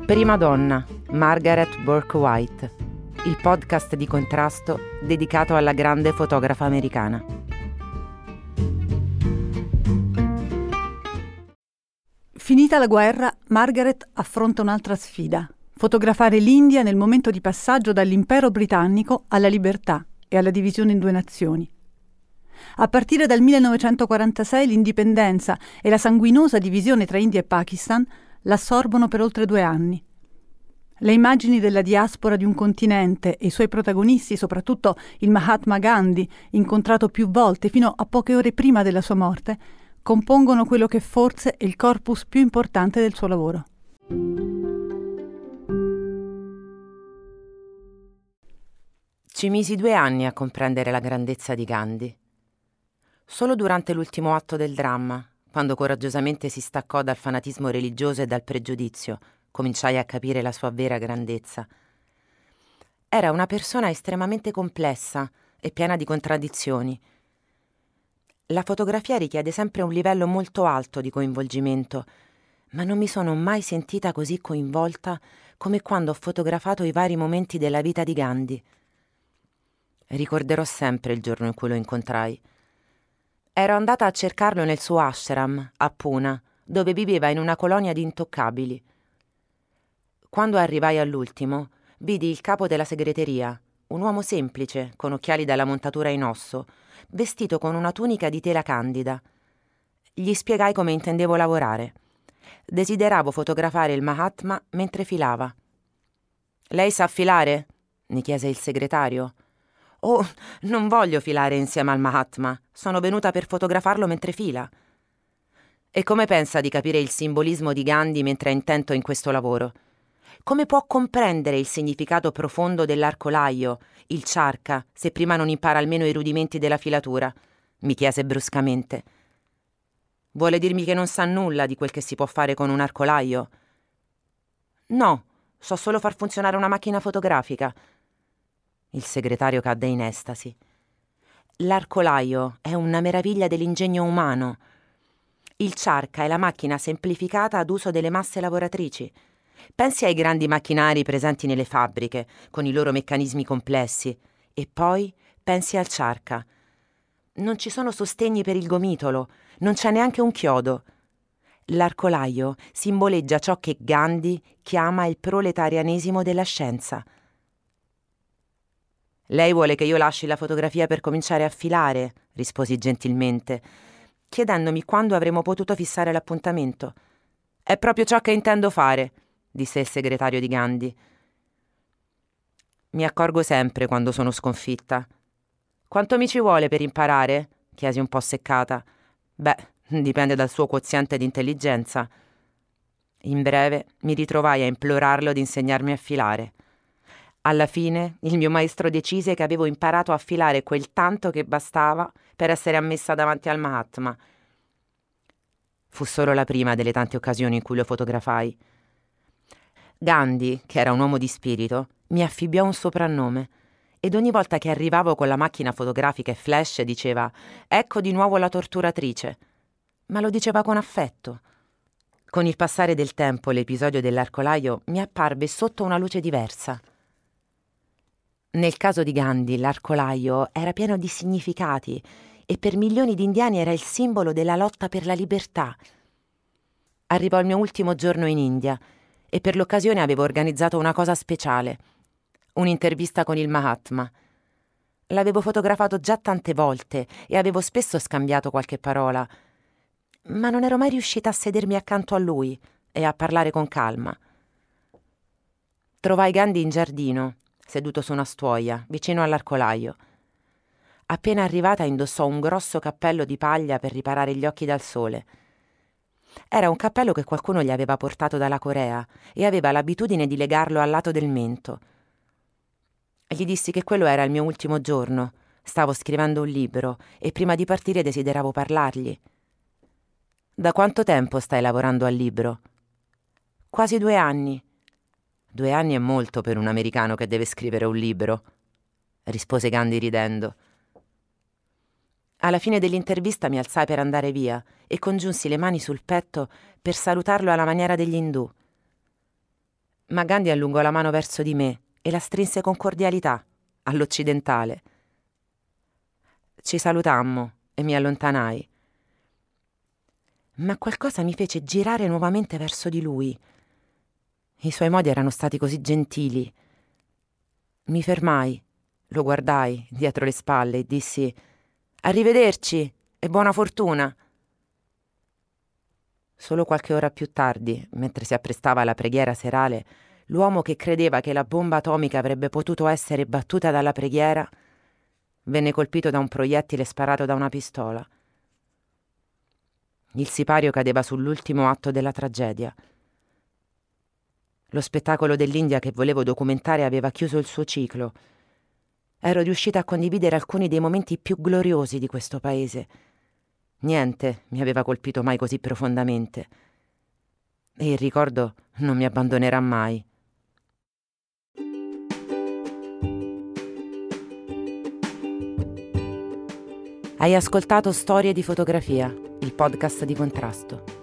Prima donna, Margaret Bourke-White, il podcast di contrasto dedicato alla grande fotografa americana. Finita la guerra, Margaret affronta un'altra sfida: fotografare l'India nel momento di passaggio dall'impero britannico alla libertà e alla divisione in due nazioni. A partire dal 1946 l'indipendenza e la sanguinosa divisione tra India e Pakistan l'assorbono per oltre 2 anni. Le immagini della diaspora di un continente e i suoi protagonisti, soprattutto il Mahatma Gandhi, incontrato più volte fino a poche ore prima della sua morte, compongono quello che forse è il corpus più importante del suo lavoro. Ci misi 2 anni a comprendere la grandezza di Gandhi. Solo durante l'ultimo atto del dramma, quando coraggiosamente si staccò dal fanatismo religioso e dal pregiudizio, cominciai a capire la sua vera grandezza. Era una persona estremamente complessa e piena di contraddizioni. La fotografia richiede sempre un livello molto alto di coinvolgimento, ma non mi sono mai sentita così coinvolta come quando ho fotografato i vari momenti della vita di Gandhi. Ricorderò sempre il giorno in cui lo incontrai. Ero andata a cercarlo nel suo ashram, a Pune, dove viveva in una colonia di intoccabili. Quando arrivai all'ultimo, vidi il capo della segreteria, un uomo semplice, con occhiali dalla montatura in osso, vestito con una tunica di tela candida. Gli spiegai come intendevo lavorare. Desideravo fotografare il Mahatma mentre filava. «Lei sa filare?» mi chiese il segretario. «Oh, non voglio filare insieme al Mahatma, sono venuta per fotografarlo mentre fila». «E come pensa di capire il simbolismo di Gandhi mentre è intento in questo lavoro? Come può comprendere il significato profondo dell'arcolaio, il charka, se prima non impara almeno i rudimenti della filatura?» mi chiese bruscamente. «Vuole dirmi che non sa nulla di quel che si può fare con un arcolaio?» «No, so solo far funzionare una macchina fotografica». Il segretario cadde in estasi. «L'arcolaio è una meraviglia dell'ingegno umano. Il charka è la macchina semplificata ad uso delle masse lavoratrici. Pensi ai grandi macchinari presenti nelle fabbriche, con i loro meccanismi complessi, e poi pensi al charka. Non ci sono sostegni per il gomitolo, non c'è neanche un chiodo. L'arcolaio simboleggia ciò che Gandhi chiama il proletarianesimo della scienza». «Lei vuole che io lasci la fotografia per cominciare a filare?» risposi gentilmente, chiedendomi quando avremmo potuto fissare l'appuntamento. «È proprio ciò che intendo fare», disse il segretario di Gandhi. «Mi accorgo sempre quando sono sconfitta». «Quanto mi ci vuole per imparare?» chiesi un po' seccata. «Beh, dipende dal suo quoziente di intelligenza». In breve mi ritrovai a implorarlo di insegnarmi a filare. Alla fine il mio maestro decise che avevo imparato a filare quel tanto che bastava per essere ammessa davanti al Mahatma. Fu solo la prima delle tante occasioni in cui lo fotografai. Gandhi, che era un uomo di spirito, mi affibbiò un soprannome ed ogni volta che arrivavo con la macchina fotografica e flash diceva «Ecco di nuovo la torturatrice», ma lo diceva con affetto. Con il passare del tempo l'episodio dell'arcolaio mi apparve sotto una luce diversa. Nel caso di Gandhi l'arcolaio era pieno di significati e per milioni di indiani era il simbolo della lotta per la libertà. Arrivò il mio ultimo giorno in India e per l'occasione avevo organizzato una cosa speciale, un'intervista con il Mahatma. L'avevo fotografato già tante volte e avevo spesso scambiato qualche parola, ma non ero mai riuscita a sedermi accanto a lui e a parlare con calma. Trovai Gandhi in giardino, seduto su una stuoia, vicino all'arcolaio. Appena arrivata indossò un grosso cappello di paglia per riparare gli occhi dal sole. Era un cappello che qualcuno gli aveva portato dalla Corea e aveva l'abitudine di legarlo al lato del mento. Gli dissi che quello era il mio ultimo giorno, stavo scrivendo un libro e prima di partire desideravo parlargli. «Da quanto tempo stai lavorando al libro?» «Quasi 2 anni». 2 anni è molto per un americano che deve scrivere un libro, rispose Gandhi ridendo. Alla fine dell'intervista mi alzai per andare via e congiunsi le mani sul petto per salutarlo alla maniera degli indù. Ma Gandhi allungò la mano verso di me e la strinse con cordialità, all'occidentale. Ci salutammo e mi allontanai. Ma qualcosa mi fece girare nuovamente verso di lui. I suoi modi erano stati così gentili. Mi fermai, lo guardai dietro le spalle e dissi: «Arrivederci e buona fortuna!» Solo qualche ora più tardi, mentre si apprestava alla preghiera serale, l'uomo che credeva che la bomba atomica avrebbe potuto essere battuta dalla preghiera venne colpito da un proiettile sparato da una pistola. Il sipario cadeva sull'ultimo atto della tragedia. Lo spettacolo dell'India che volevo documentare aveva chiuso il suo ciclo. Ero riuscita a condividere alcuni dei momenti più gloriosi di questo paese. Niente mi aveva colpito mai così profondamente. E il ricordo non mi abbandonerà mai. Hai ascoltato Storie di fotografia, il podcast di Contrasto.